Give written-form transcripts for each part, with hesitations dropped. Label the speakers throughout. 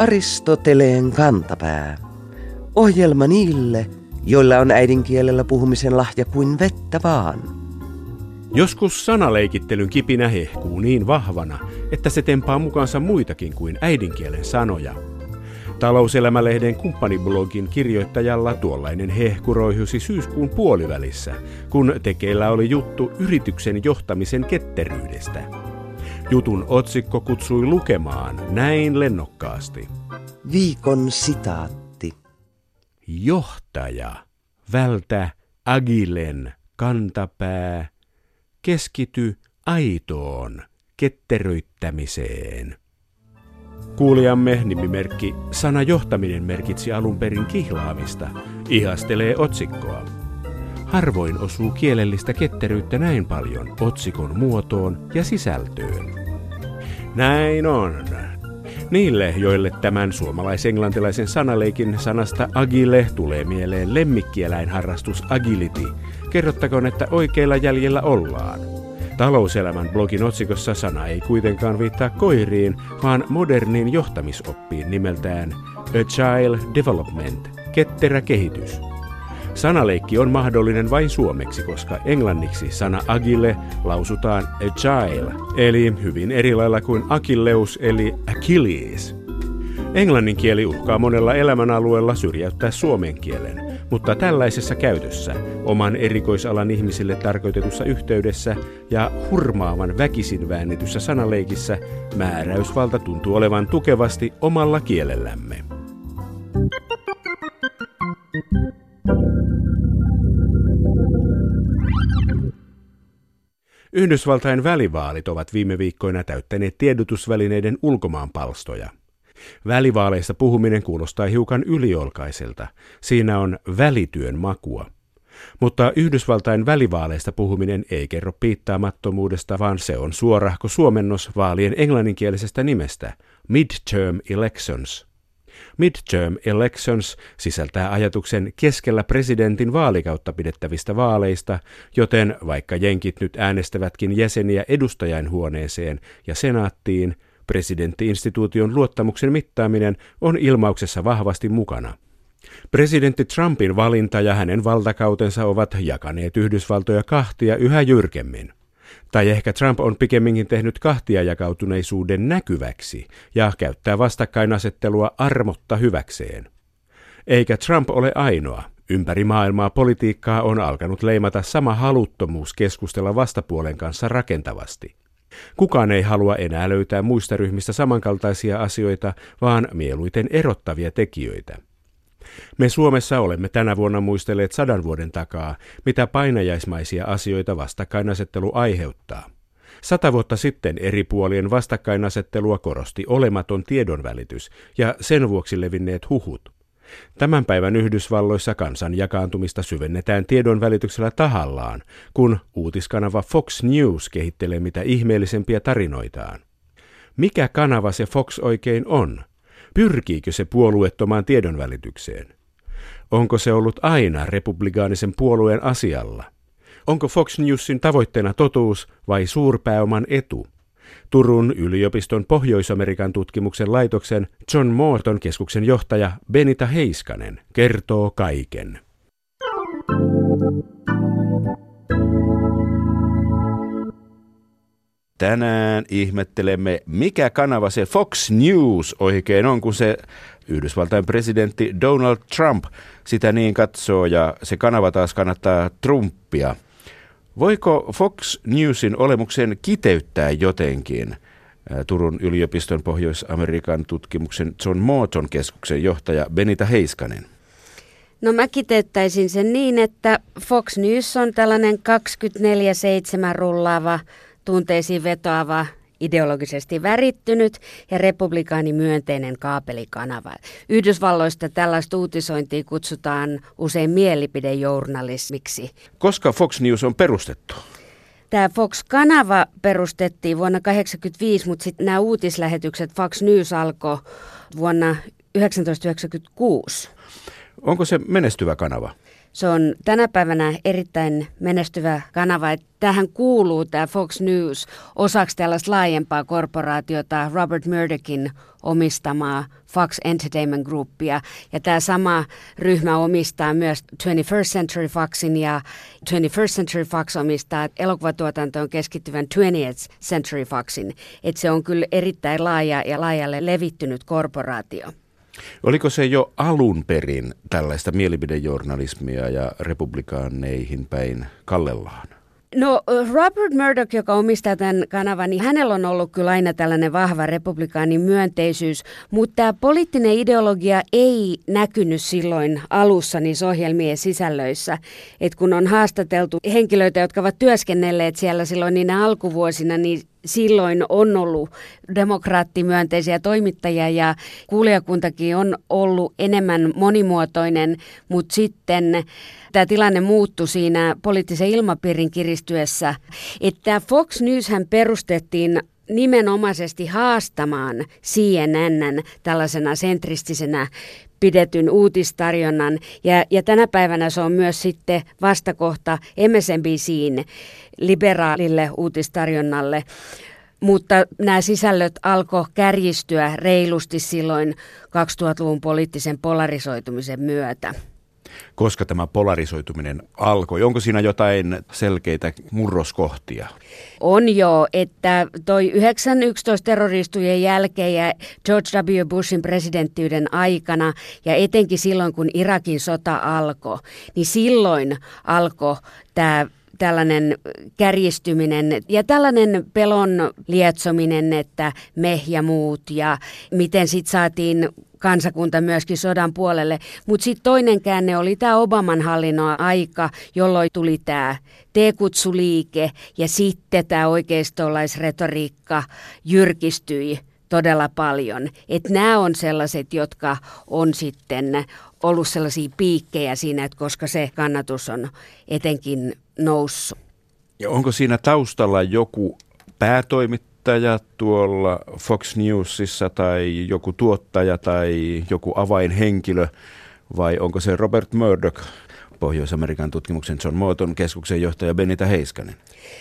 Speaker 1: Aristoteleen kantapää. Ohjelma niille, joilla on äidinkielellä puhumisen lahja kuin vettä vaan.
Speaker 2: Joskus sanaleikittelyn kipinä hehkuu niin vahvana, että se tempaa mukaansa muitakin kuin äidinkielen sanoja. Talouselämälehden kumppaniblogin kirjoittajalla tuollainen hehku roihusi syyskuun puolivälissä, kun tekeillä oli juttu yrityksen johtamisen ketteryydestä. Jutun otsikko kutsui lukemaan näin lennokkaasti.
Speaker 1: Viikon sitaatti.
Speaker 2: Johtaja, vältä agilen kantapää, keskity aitoon ketteröittämiseen. Kuulijamme nimimerkki Sana johtaminen merkitsi alun perin kihlaamista, ihastelee otsikkoa. Harvoin osuu kielellistä ketteryyttä näin paljon otsikon muotoon ja sisältöön. Näin on. Niille, joille tämän suomalais-englantilaisen sanaleikin sanasta agile tulee mieleen lemmikkieläinharrastus agility, kerrottakoon, että oikeilla jäljellä ollaan. Talouselämän blogin otsikossa sana ei kuitenkaan viittaa koiriin, vaan moderniin johtamisoppiin nimeltään Agile Development, ketterä kehitys. Sanaleikki on mahdollinen vain suomeksi, koska englanniksi sana agile lausutaan agile, eli hyvin eri lailla kuin Achilleus eli Achilles. Englannin kieli uhkaa monella elämänalueella syrjäyttää suomen kielen, mutta tällaisessa käytössä, oman erikoisalan ihmisille tarkoitetussa yhteydessä ja hurmaavan väkisin väännetyssä sanaleikissä määräysvalta tuntuu olevan tukevasti omalla kielellämme. Yhdysvaltain välivaalit ovat viime viikkoina täyttäneet tiedotusvälineiden ulkomaanpalstoja. Välivaaleista puhuminen kuulostaa hiukan yliolkaiselta. Siinä on välityön makua. Mutta Yhdysvaltain välivaaleista puhuminen ei kerro piittaamattomuudesta, vaan se on suorahko suomennos vaalien englanninkielisestä nimestä, Midterm Elections. Midterm Elections sisältää ajatuksen keskellä presidentin vaalikautta pidettävistä vaaleista, joten vaikka jenkit nyt äänestävätkin jäseniä edustajainhuoneeseen ja senaattiin, presidentti-instituution luottamuksen mittaaminen on ilmauksessa vahvasti mukana. Presidentti Trumpin valinta ja hänen valtakautensa ovat jakaneet Yhdysvaltoja kahtia yhä jyrkemmin. Tai ehkä Trump on pikemminkin tehnyt kahtia jakautuneisuuden näkyväksi ja käyttää vastakkainasettelua armotta hyväkseen. Eikä Trump ole ainoa. Ympäri maailmaa politiikkaa on alkanut leimata sama haluttomuus keskustella vastapuolen kanssa rakentavasti. Kukaan ei halua enää löytää muista ryhmistä samankaltaisia asioita, vaan mieluiten erottavia tekijöitä. Me Suomessa olemme tänä vuonna muistelleet 100 vuoden takaa, mitä painajaismaisia asioita vastakkainasettelu aiheuttaa. 100 vuotta sitten eri puolien vastakkainasettelua korosti olematon tiedonvälitys ja sen vuoksi levinneet huhut. Tämän päivän Yhdysvalloissa kansan jakaantumista syvennetään tiedonvälityksellä tahallaan, kun uutiskanava Fox News kehittelee mitä ihmeellisempiä tarinoitaan. Mikä kanava se Fox oikein on? Pyrkiikö se puolueettomaan tiedonvälitykseen? Onko se ollut aina republikaanisen puolueen asialla? Onko Fox Newsin tavoitteena totuus vai suurpääoman etu? Turun yliopiston Pohjois-Amerikan tutkimuksen laitoksen John Morton keskuksen johtaja Benita Heiskanen kertoo kaiken. Tänään ihmettelemme, mikä kanava se Fox News oikein on, kun se Yhdysvaltain presidentti Donald Trump sitä niin katsoo ja se kanava taas kannattaa Trumpia. Voiko Fox Newsin olemuksen kiteyttää jotenkin? Turun yliopiston Pohjois-Amerikan tutkimuksen John Morton keskuksen johtaja Benita Heiskanen.
Speaker 3: No mä kiteyttäisin sen niin, että Fox News on tällainen 24/7 rullaava, tunteisiin vetoava, ideologisesti värittynyt ja republikaanimyönteinen kaapelikanava. Yhdysvalloista tällaista uutisointia kutsutaan usein mielipidejournalismiksi.
Speaker 2: Koska Fox News on perustettu?
Speaker 3: Tämä Fox-kanava perustettiin vuonna 1985, mutta sitten nämä uutislähetykset Fox News alkoi vuonna 1996.
Speaker 2: Onko se menestyvä kanava?
Speaker 3: Se on tänä päivänä erittäin menestyvä kanava. Tähän kuuluu tämä Fox News osaksi tällaista laajempaa korporaatiota, Robert Murdochin omistamaa Fox Entertainment Groupia. Ja tämä sama ryhmä omistaa myös 21st Century Foxin ja 21st Century Fox omistaa elokuvatuotantoon keskittyvän 20th Century Foxin. Että se on kyllä erittäin laaja ja laajalle levittynyt korporaatio.
Speaker 2: Oliko se jo alun perin tällaista mielipidejournalismia ja republikaaneihin päin kallellaan?
Speaker 3: No Robert Murdoch, joka omistaa tämän kanavan, niin hänellä on ollut kyllä aina tällainen vahva republikaanin myönteisyys, mutta tämä poliittinen ideologia ei näkynyt silloin alussa niissä ohjelmien sisällöissä. Et kun on haastateltu henkilöitä, jotka ovat työskennelleet siellä silloin niinä alkuvuosina, niin silloin on ollut demokraattimyönteisiä toimittajia ja kuulijakuntakin on ollut enemmän monimuotoinen, mutta sitten tämä tilanne muuttui siinä poliittisen ilmapiirin kiristyessä, että Fox Newshän perustettiin nimenomaisesti haastamaan CNN:n tällaisena sentristisenä pidetyn uutistarjonnan ja tänä päivänä se on myös sitten vastakohta MSNBC:n liberaalille uutistarjonnalle. Mutta nämä sisällöt alkoi kärjistyä reilusti silloin 2000-luvun poliittisen polarisoitumisen myötä.
Speaker 2: Koska tämä polarisoituminen alkoi? Onko siinä jotain selkeitä murroskohtia?
Speaker 3: On jo, että toi 9/11 terroristujen jälkeen ja George W. Bushin presidenttiyden aikana ja etenkin silloin, kun Irakin sota alkoi, niin silloin alkoi tämä tällainen kärjistyminen ja tällainen pelon lietsominen, että me ja muut ja miten sitten saatiin kansakunta myöskin sodan puolelle. Mutta sitten toinen käänne oli tämä Obaman hallinnon aika, jolloin tuli tämä T-kutsuliike ja sitten tämä oikeistolaisretoriikka jyrkistyi todella paljon. Että nämä on sellaiset, jotka on sitten ollut sellaisia piikkejä siinä, että koska se kannatus on etenkin noussut.
Speaker 2: Ja onko siinä taustalla joku päätoimittaja tuolla Fox Newsissa tai joku tuottaja tai joku avainhenkilö vai onko se Robert Murdoch, Pohjois-Amerikan tutkimuksen John Morton keskuksen johtaja Benita Heiskanen?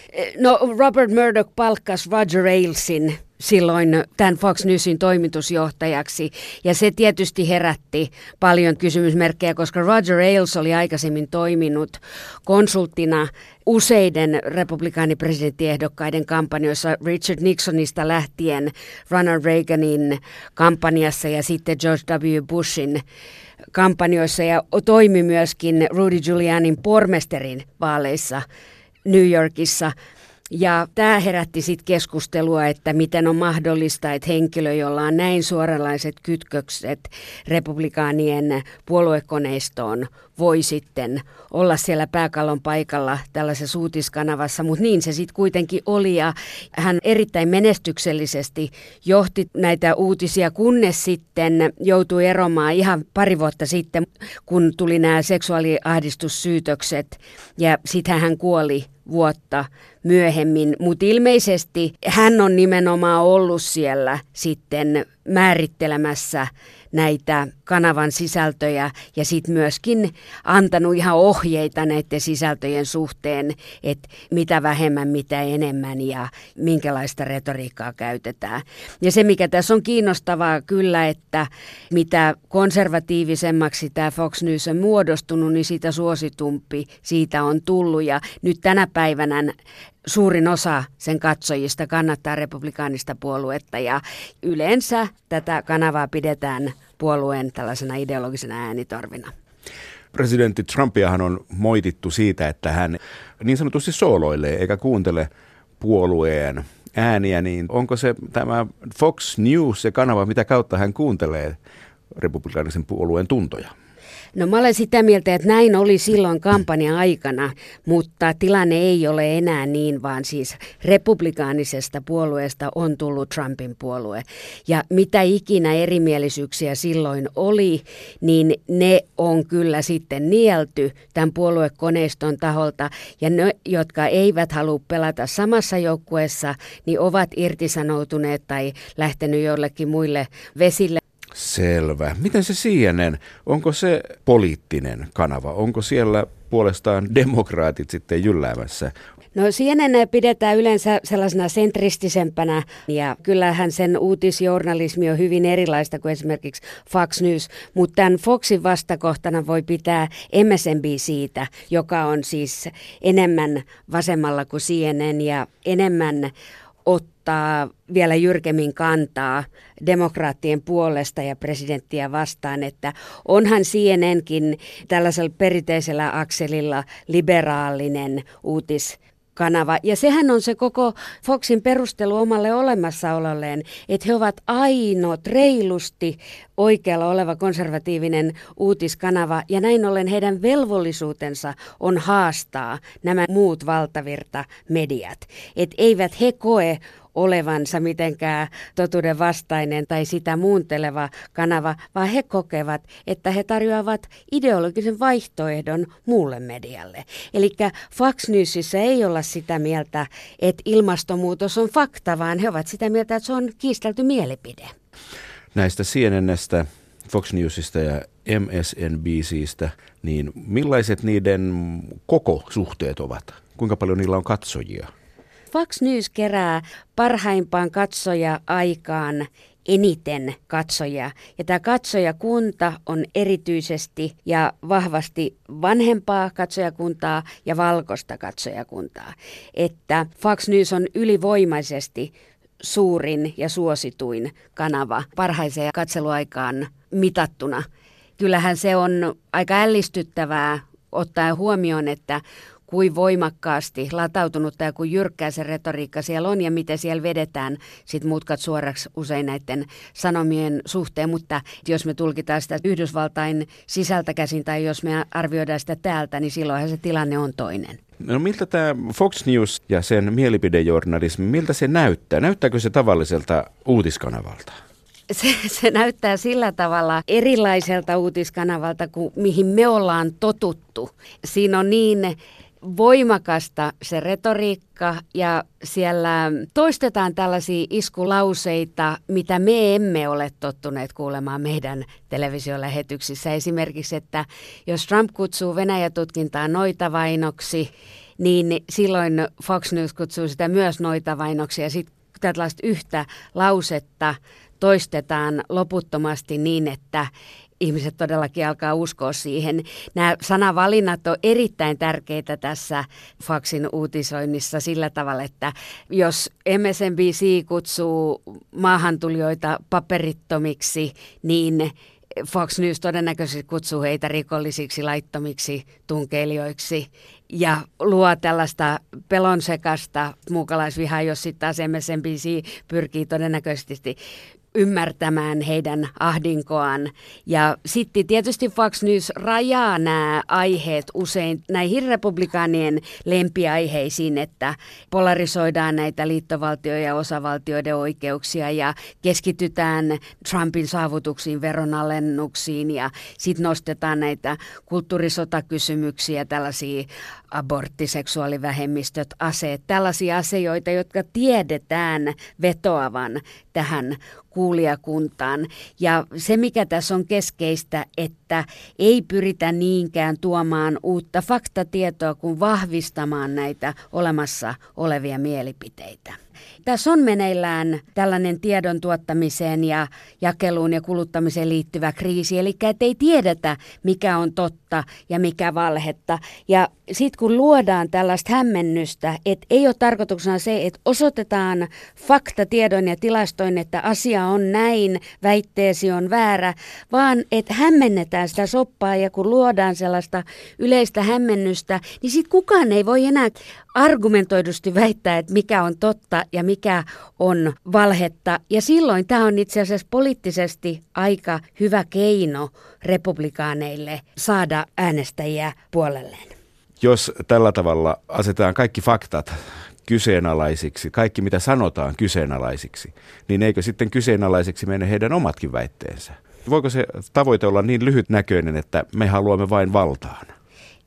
Speaker 3: No Robert Murdoch palkkasi Roger Ailesin silloin tämän Fox Newsin toimitusjohtajaksi ja se tietysti herätti paljon kysymysmerkkejä, koska Roger Ailes oli aikaisemmin toiminut konsulttina useiden republikaanipresidenttiehdokkaiden kampanjoissa Richard Nixonista lähtien Ronald Reaganin kampanjassa ja sitten George W. Bushin kampanjoissa ja toimi myöskin Rudy Giulianin pormesterin vaaleissa New Yorkissa. Ja tämä herätti sitten keskustelua, että miten on mahdollista, että henkilö, jolla on näin suoranlaiset kytkökset republikaanien puoluekoneistoon, voi sitten olla siellä pääkallon paikalla tällaisessa uutiskanavassa, mutta niin se sitten kuitenkin oli ja hän erittäin menestyksellisesti johti näitä uutisia, kunnes sitten joutui eroamaan ihan pari vuotta sitten, kun tuli nämä seksuaaliahdistussyytökset ja sitten hän kuoli vuotta myöhemmin, mutta ilmeisesti hän on nimenomaan ollut siellä sitten määrittelemässä näitä kanavan sisältöjä ja sitten myöskin antanut ihan ohjeita näiden sisältöjen suhteen, että mitä vähemmän, mitä enemmän ja minkälaista retoriikkaa käytetään. Ja se, mikä tässä on kiinnostavaa kyllä, että mitä konservatiivisemmaksi tämä Fox News on muodostunut, niin sitä suositumpi siitä on tullut ja nyt tänä päivänä suurin osa sen katsojista kannattaa republikaanista puoluetta ja yleensä tätä kanavaa pidetään puolueen tällaisena ideologisena äänitorvina.
Speaker 2: Presidentti Trumpiahan on moitittu siitä, että hän niin sanotusti sooloilee eikä kuuntele puolueen ääniä, niin onko se tämä Fox News se kanava, mitä kautta hän kuuntelee republikaanisen puolueen tuntoja?
Speaker 3: No mä olen sitä mieltä, että näin oli silloin kampanjan aikana, mutta tilanne ei ole enää niin, vaan siis republikaanisesta puolueesta on tullut Trumpin puolue. Ja mitä ikinä erimielisyyksiä silloin oli, niin ne on kyllä sitten nielty tämän puoluekoneiston taholta. Ja ne, jotka eivät halua pelata samassa joukkueessa, niin ovat irtisanoutuneet tai lähtenyt jollekin muille vesille.
Speaker 2: Selvä. Miten se CNN, onko se poliittinen kanava? Onko siellä puolestaan demokraatit sitten jylläämässä?
Speaker 3: No CNN pidetään yleensä sellaisena sentristisempänä ja kyllähän sen uutisjournalismi on hyvin erilaista kuin esimerkiksi Fox News, mutta tämän Foxin vastakohtana voi pitää MSNBC:tä, joka on siis enemmän vasemmalla kuin CNN ja enemmän ottaa vielä jyrkemmin kantaa demokraattien puolesta ja presidenttiä vastaan, että onhan CNNkin tällaisella perinteisellä akselilla liberaalinen uutiskanava. Ja sehän on se koko Foxin perustelu omalle olemassaololleen, että he ovat ainoat reilusti oikealla oleva konservatiivinen uutiskanava ja näin ollen heidän velvollisuutensa on haastaa nämä muut valtavirtamediat. Että eivät he koe olevansa mitenkään totuuden vastainen tai sitä muunteleva kanava, vaan he kokevat, että he tarjoavat ideologisen vaihtoehdon muulle medialle. Eli Fox Newsissa ei olla sitä mieltä, että ilmastonmuutos on fakta, vaan he ovat sitä mieltä, että se on kiistelty mielipide.
Speaker 2: Näistä CNN:stä, Fox Newsista ja MSNBC:stä, niin millaiset niiden koko suhteet ovat? Kuinka paljon niillä on katsojia?
Speaker 3: Fox News kerää parhaimpaan katsoja-aikaan eniten katsojia. Ja tämä katsojakunta on erityisesti ja vahvasti vanhempaa katsojakuntaa ja valkoista katsojakuntaa. Että Fox News on ylivoimaisesti suurin ja suosituin kanava parhaiseen katseluaikaan mitattuna. Kyllähän se on aika ällistyttävää ottaen huomioon, että kuin voimakkaasti latautunutta ja kuin jyrkkää se retoriikka siellä on ja miten siellä vedetään sit mutkat suoraksi usein näiden sanomien suhteen. Mutta jos me tulkitaan sitä Yhdysvaltain sisältä käsin tai jos me arvioidaan sitä täältä, niin silloinhan se tilanne on toinen.
Speaker 2: No miltä tämä Fox News ja sen mielipidejournalismi, miltä se näyttää? Näyttääkö se tavalliselta uutiskanavalta?
Speaker 3: Se näyttää sillä tavalla erilaiselta uutiskanavalta kuin mihin me ollaan totuttu. Siinä on niin voimakasta se retoriikka ja siellä toistetaan tällaisia iskulauseita, mitä me emme ole tottuneet kuulemaan meidän televisiolähetyksissä. Esimerkiksi, että jos Trump kutsuu Venäjä-tutkintaa noitavainoksi, niin silloin Fox News kutsuu sitä myös noitavainoksi ja sitten tällaista yhtä lausetta toistetaan loputtomasti niin, että ihmiset todellakin alkaa uskoa siihen. Nämä sanavalinnat on erittäin tärkeitä tässä Foxin uutisoinnissa sillä tavalla, että jos MSNBC kutsuu maahantulijoita paperittomiksi, niin Fox News todennäköisesti kutsuu heitä rikollisiksi, laittomiksi, tunkeilijoiksi ja luo tällaista pelonsekasta muukalaisvihaa, jos sitten taas MSNBC pyrkii todennäköisesti ymmärtämään heidän ahdinkoaan. Ja sitten tietysti Fox News rajaa nämä aiheet usein näihin republikaanien lempiaiheisiin, että polarisoidaan näitä liittovaltio- ja osavaltioiden oikeuksia ja keskitytään Trumpin saavutuksiin, veronalennuksiin ja sitten nostetaan näitä kulttuurisotakysymyksiä, tällaisia abortti, seksuaalivähemmistöt, aseet, tällaisia asioita, jotka tiedetään vetoavan tähän kuulijakuntaan. Ja se, mikä tässä on keskeistä, että ei pyritä niinkään tuomaan uutta faktatietoa, kuin vahvistamaan näitä olemassa olevia mielipiteitä. Tässä on meneillään tällainen tiedon tuottamiseen ja jakeluun ja kuluttamiseen liittyvä kriisi, eli ei tiedetä, mikä on totta ja mikä valhetta. Ja sitten kun luodaan tällaista hämmennystä, että ei ole tarkoituksena se, että osoitetaan faktatiedon ja tilastoin, että asia on näin, väitteesi on väärä, vaan että hämmennetään sitä soppaa ja kun luodaan sellaista yleistä hämmennystä, niin sitten kukaan ei voi enää argumentoidusti väittää, että mikä on totta ja mikä on valhetta. Ja silloin tämä on itse asiassa poliittisesti aika hyvä keino republikaaneille saada äänestäjiä puolelleen.
Speaker 2: Jos tällä tavalla asetetaan kaikki faktat kyseenalaisiksi, kaikki mitä sanotaan kyseenalaisiksi, niin eikö sitten kyseenalaiseksi mene heidän omatkin väitteensä? Voiko se tavoite olla niin lyhytnäköinen, että me haluamme vain valtaan?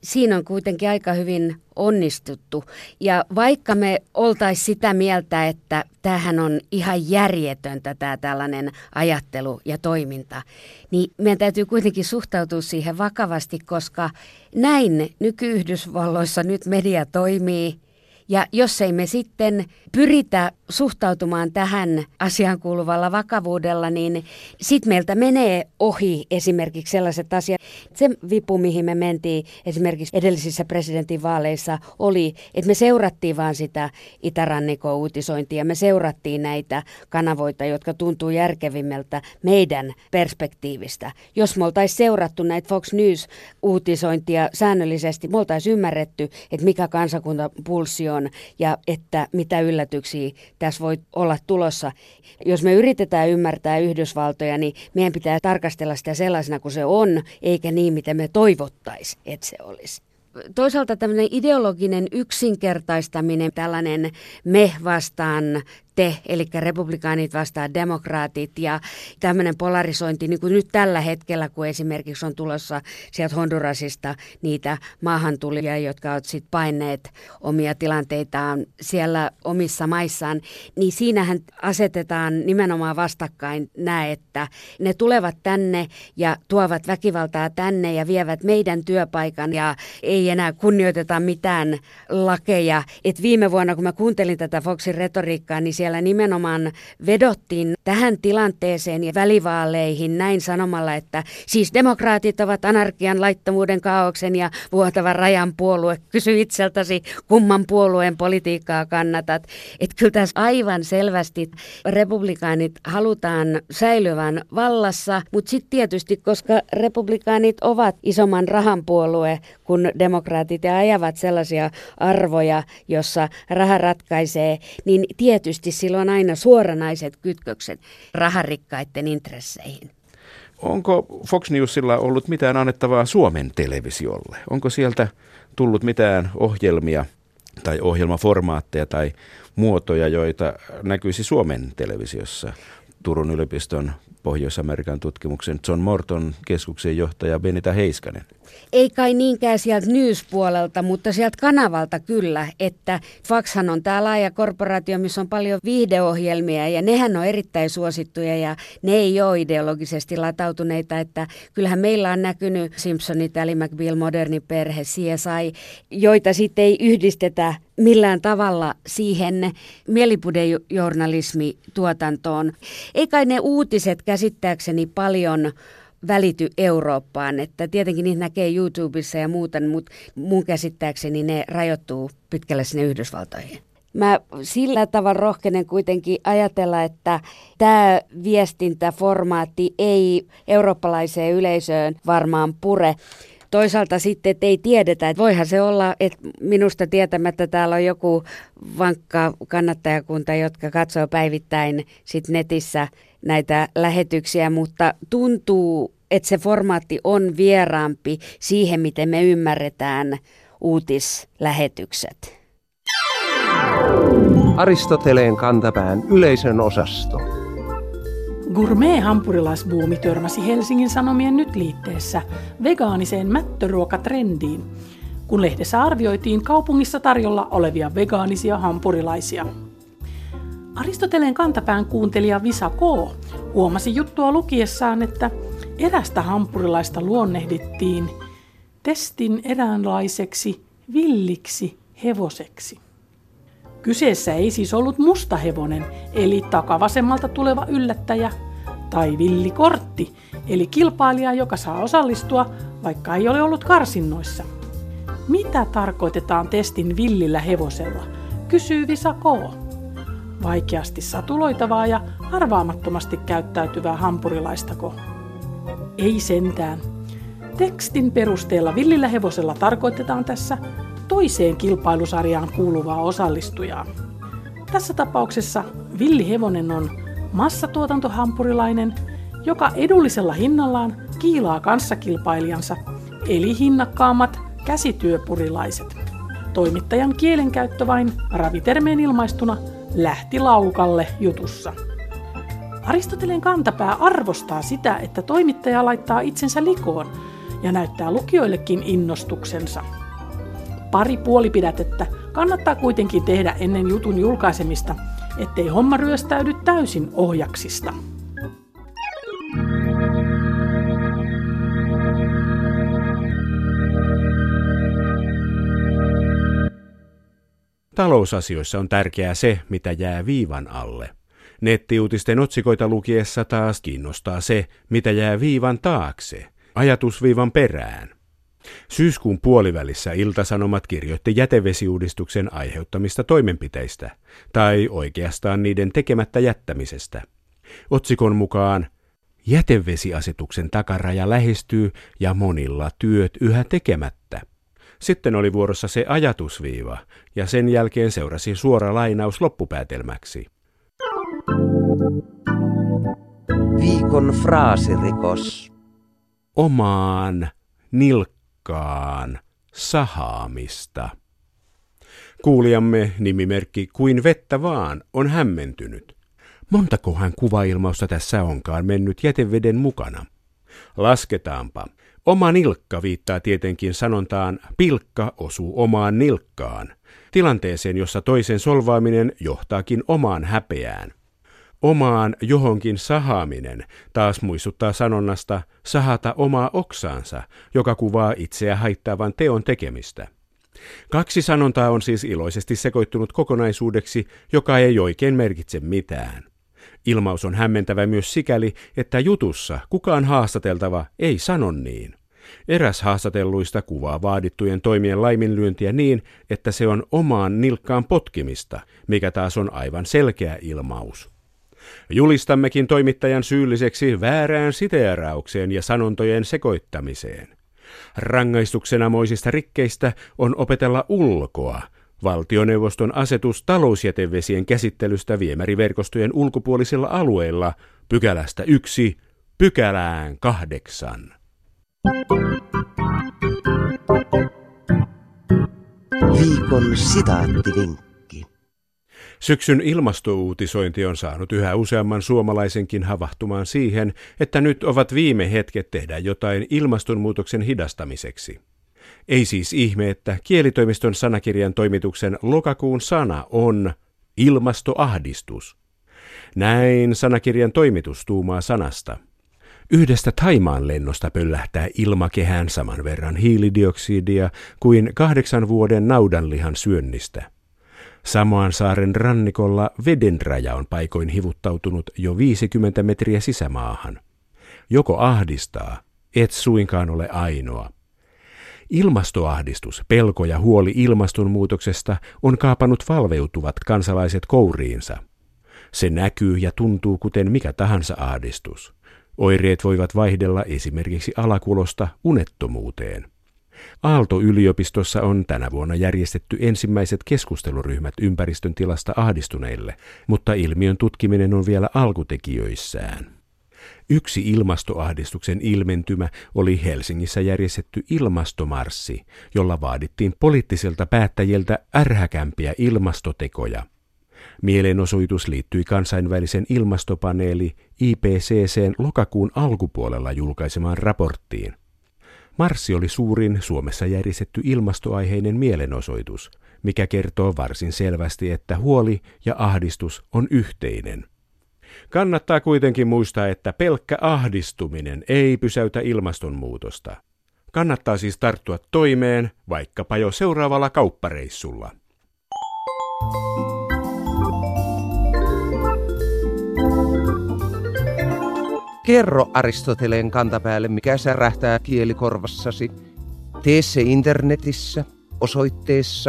Speaker 3: siinä on kuitenkin aika hyvin onnistuttu. Ja vaikka me oltaisiin sitä mieltä, että tämähän on ihan järjetöntä tämä tällainen ajattelu ja toiminta, niin meidän täytyy kuitenkin suhtautua siihen vakavasti, koska näin nyky-Yhdysvalloissa nyt media toimii. Ja jos ei me sitten pyritä suhtautumaan tähän asiaan kuuluvalla vakavuudella, niin sitten meiltä menee ohi esimerkiksi sellaiset asiat. Se vipu, mihin me mentiin esimerkiksi edellisissä presidentinvaaleissa, oli, että me seurattiin vaan sitä itärannikon uutisointia. Me seurattiin näitä kanavoita, jotka tuntuu järkevimmältä meidän perspektiivistä. Jos me oltaisiin seurattu näitä Fox News-uutisointia säännöllisesti, me oltaisiin ymmärretty, että mikä kansakunnan pulssi on ja että mitä yllätyksiä tässä voi olla tulossa. Jos me yritetään ymmärtää Yhdysvaltoja, niin meidän pitää tarkastella sitä sellaisena kuin se on, eikä niin, mitä me toivottaisiin, että se olisi. Toisaalta tämmöinen ideologinen yksinkertaistaminen, tällainen me vastaan te, eli republikaanit vastaan demokraatit ja tämmöinen polarisointi, niin kuin nyt tällä hetkellä, kun esimerkiksi on tulossa sieltä Hondurasista niitä maahantulijia, jotka ovat sitten paineet omia tilanteitaan siellä omissa maissaan, niin siinähän asetetaan nimenomaan vastakkain nämä, että ne tulevat tänne ja tuovat väkivaltaa tänne ja vievät meidän työpaikan ja ei enää kunnioiteta mitään lakeja. Et viime vuonna, kun mä kuuntelin tätä Foxin retoriikkaa, niin siellä nimenomaan vedottiin tähän tilanteeseen ja välivaaleihin näin sanomalla, että siis demokraatit ovat anarkian, laittomuuden, kaaoksen ja vuotavan rajan puolue. Kysy itseltäsi, kumman puolueen politiikkaa kannatat. Että kyllä tässä aivan selvästi republikaanit halutaan säilyvän vallassa, mutta sitten tietysti, koska republikaanit ovat isomman rahan puolue kuin demokraatit ja ajavat sellaisia arvoja, jossa raha ratkaisee, niin tietysti sillä on aina suoranaiset kytkökset raharikkaiden intresseihin.
Speaker 2: Onko Fox Newsilla ollut mitään annettavaa Suomen televisiolle? Onko sieltä tullut mitään ohjelmia tai ohjelmaformaatteja tai muotoja, joita näkyisi Suomen televisiossa? Turun yliopiston Pohjois-Amerikan tutkimuksen John Morton keskuksen johtaja Benita Heiskanen.
Speaker 3: Ei kai niinkään sieltä news-puolelta, mutta sieltä kanavalta kyllä, että Foxhan on tämä laaja korporaatio, missä on paljon viihdeohjelmia ja nehän on erittäin suosittuja ja ne ei ole ideologisesti latautuneita, että kyllähän meillä on näkynyt Simpsonit, Ally McBeal, Moderni perhe, CSI, joita sitten ei yhdistetä millään tavalla siihen mielipidejournalismituotantoon. Ei kai ne uutiset käsittääkseni paljon välity Eurooppaan, että tietenkin niitä näkee YouTubessa ja muuta, mutta mun käsittääkseni ne rajoittuu pitkälle sinne Yhdysvaltoihin. Mä sillä tavalla rohkenen kuitenkin ajatella, että tämä viestintäformaatti ei eurooppalaiseen yleisöön varmaan pure. Toisaalta sitten, että ei tiedetä, että voihan se olla, että minusta tietämättä täällä on joku vankka kannattajakunta, jotka katsoo päivittäin sit netissä näitä lähetyksiä, mutta tuntuu, että se formaatti on vieraampi siihen, miten me ymmärretään uutislähetykset.
Speaker 4: Aristoteleen kantapään yleisön osasto.
Speaker 5: Gourmet-hampurilaisbuumi törmäsi Helsingin Sanomien Nyt-liitteessä vegaaniseen mättöruokatrendiin, kun lehdessä arvioitiin kaupungissa tarjolla olevia vegaanisia hampurilaisia. Aristoteleen kantapään kuuntelija Visa K. huomasi juttua lukiessaan, että erästä hampurilaista luonnehdittiin testin eräänlaiseksi villiksi hevoseksi. Kyseessä ei siis ollut musta hevonen, eli takavasemmalta tuleva yllättäjä, tai villikortti, eli kilpailija, joka saa osallistua, vaikka ei ole ollut karsinnoissa. Mitä tarkoitetaan testin villillä hevosella, kysyy Visa K. Vaikeasti satuloitavaa ja arvaamattomasti käyttäytyvää hampurilaistako? Ei sentään. Tekstin perusteella villillä hevosella tarkoitetaan tässä toiseen kilpailusarjaan kuuluvaa osallistujaa. Tässä tapauksessa villihevonen on massatuotantohampurilainen, joka edullisella hinnallaan kiilaa kanssakilpailijansa, eli hinnakkaammat käsityöpurilaiset. Toimittajan kielenkäyttö vain ravitermeen ilmaistuna lähti laukalle jutussa. Aristoteleen kantapää arvostaa sitä, että toimittaja laittaa itsensä likoon ja näyttää lukijoillekin innostuksensa. Pari puolipidätettä kannattaa kuitenkin tehdä ennen jutun julkaisemista, ettei homma ryöstäydy täysin ohjaksista.
Speaker 2: Talousasioissa on tärkeää se, mitä jää viivan alle. Nettiuutisten otsikoita lukiessa taas kiinnostaa se, mitä jää viivan taakse, ajatusviivan perään. Syyskuun puolivälissä Ilta-Sanomat kirjoitti jätevesiuudistuksen aiheuttamista toimenpiteistä, tai oikeastaan niiden tekemättä jättämisestä. Otsikon mukaan jätevesiasetuksen takaraja lähestyy ja monilla työt yhä tekemättä. Sitten oli vuorossa se ajatusviiva, ja sen jälkeen seurasi suora lainaus loppupäätelmäksi.
Speaker 1: Viikon fraasirikos.
Speaker 2: Omaan nilkkaan sahaamista. Kuulijamme nimimerkki Kuin vettä vaan on hämmentynyt. Montakohan kuvailmausta tässä onkaan mennyt jäteveden mukana? Lasketaanpa. Oma nilkka viittaa tietenkin sanontaan pilkka osuu omaan nilkkaan, tilanteeseen, jossa toisen solvaaminen johtaakin omaan häpeään. Omaan johonkin sahaaminen taas muistuttaa sanonnasta sahata omaa oksaansa, joka kuvaa itseä haittaavan teon tekemistä. Kaksi sanontaa on siis iloisesti sekoittunut kokonaisuudeksi, joka ei oikein merkitse mitään. Ilmaus on hämmentävä myös sikäli, että jutussa kukaan haastateltava ei sano niin. Eräs haastatelluista kuvaa vaadittujen toimien laiminlyöntiä niin, että se on omaan nilkkaan potkimista, mikä taas on aivan selkeä ilmaus. Julistammekin toimittajan syylliseksi väärään siteeraukseen ja sanontojen sekoittamiseen. Rangaistuksena moisista rikkeistä on opetella ulkoa. Valtioneuvoston asetus talousjätevesien käsittelystä viemäriverkostojen ulkopuolisilla alueilla pykälästä 1 pykälään 8.
Speaker 1: Viikon sitaattivinkki.
Speaker 2: Syksyn ilmastouutisointi on saanut yhä useamman suomalaisenkin havahtumaan siihen, että nyt ovat viime hetket tehdä jotain ilmastonmuutoksen hidastamiseksi. Ei siis ihme, että Kielitoimiston sanakirjan toimituksen lokakuun sana on ilmastoahdistus. Näin sanakirjan toimitus tuumaa sanasta. Yhdestä Thaimaan lennosta pöllähtää ilmakehään saman verran hiilidioksidia kuin 8 vuoden naudanlihan syönnistä. Samoansaaren rannikolla vedenraja on paikoin hivuttautunut jo 50 metriä sisämaahan. Joko ahdistaa, et suinkaan ole ainoa. Ilmastoahdistus, pelko ja huoli ilmastonmuutoksesta on kaapannut valveutuvat kansalaiset kouriinsa. Se näkyy ja tuntuu kuten mikä tahansa ahdistus. Oireet voivat vaihdella esimerkiksi alakulosta unettomuuteen. Aalto-yliopistossa on tänä vuonna järjestetty ensimmäiset keskusteluryhmät ympäristön tilasta ahdistuneille, mutta ilmiön tutkiminen on vielä alkutekijöissään. Yksi ilmastoahdistuksen ilmentymä oli Helsingissä järjestetty ilmastomarssi, jolla vaadittiin poliittisilta päättäjiltä ärhäkämpiä ilmastotekoja. Mielenosoitus liittyi kansainvälisen ilmastopaneeli IPCC:n lokakuun alkupuolella julkaisemaan raporttiin. Marssi oli suurin Suomessa järjestetty ilmastoaiheinen mielenosoitus, mikä kertoo varsin selvästi, että huoli ja ahdistus on yhteinen. Kannattaa kuitenkin muistaa, että pelkkä ahdistuminen ei pysäytä ilmastonmuutosta. Kannattaa siis tarttua toimeen, vaikkapa jo seuraavalla kauppareissulla.
Speaker 4: Kerro Aristoteleen kantapäälle, mikä särähtää kielikorvassasi. Tee se internetissä osoitteessa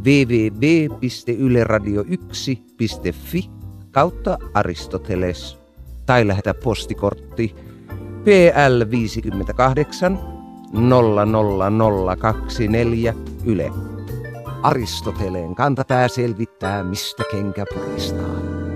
Speaker 4: www.yleradio1.fi/Aristoteles tai lähetä postikortti PL 58 00024 Yle. Aristoteleen kantapää selvittää, mistä kenkä puristaa.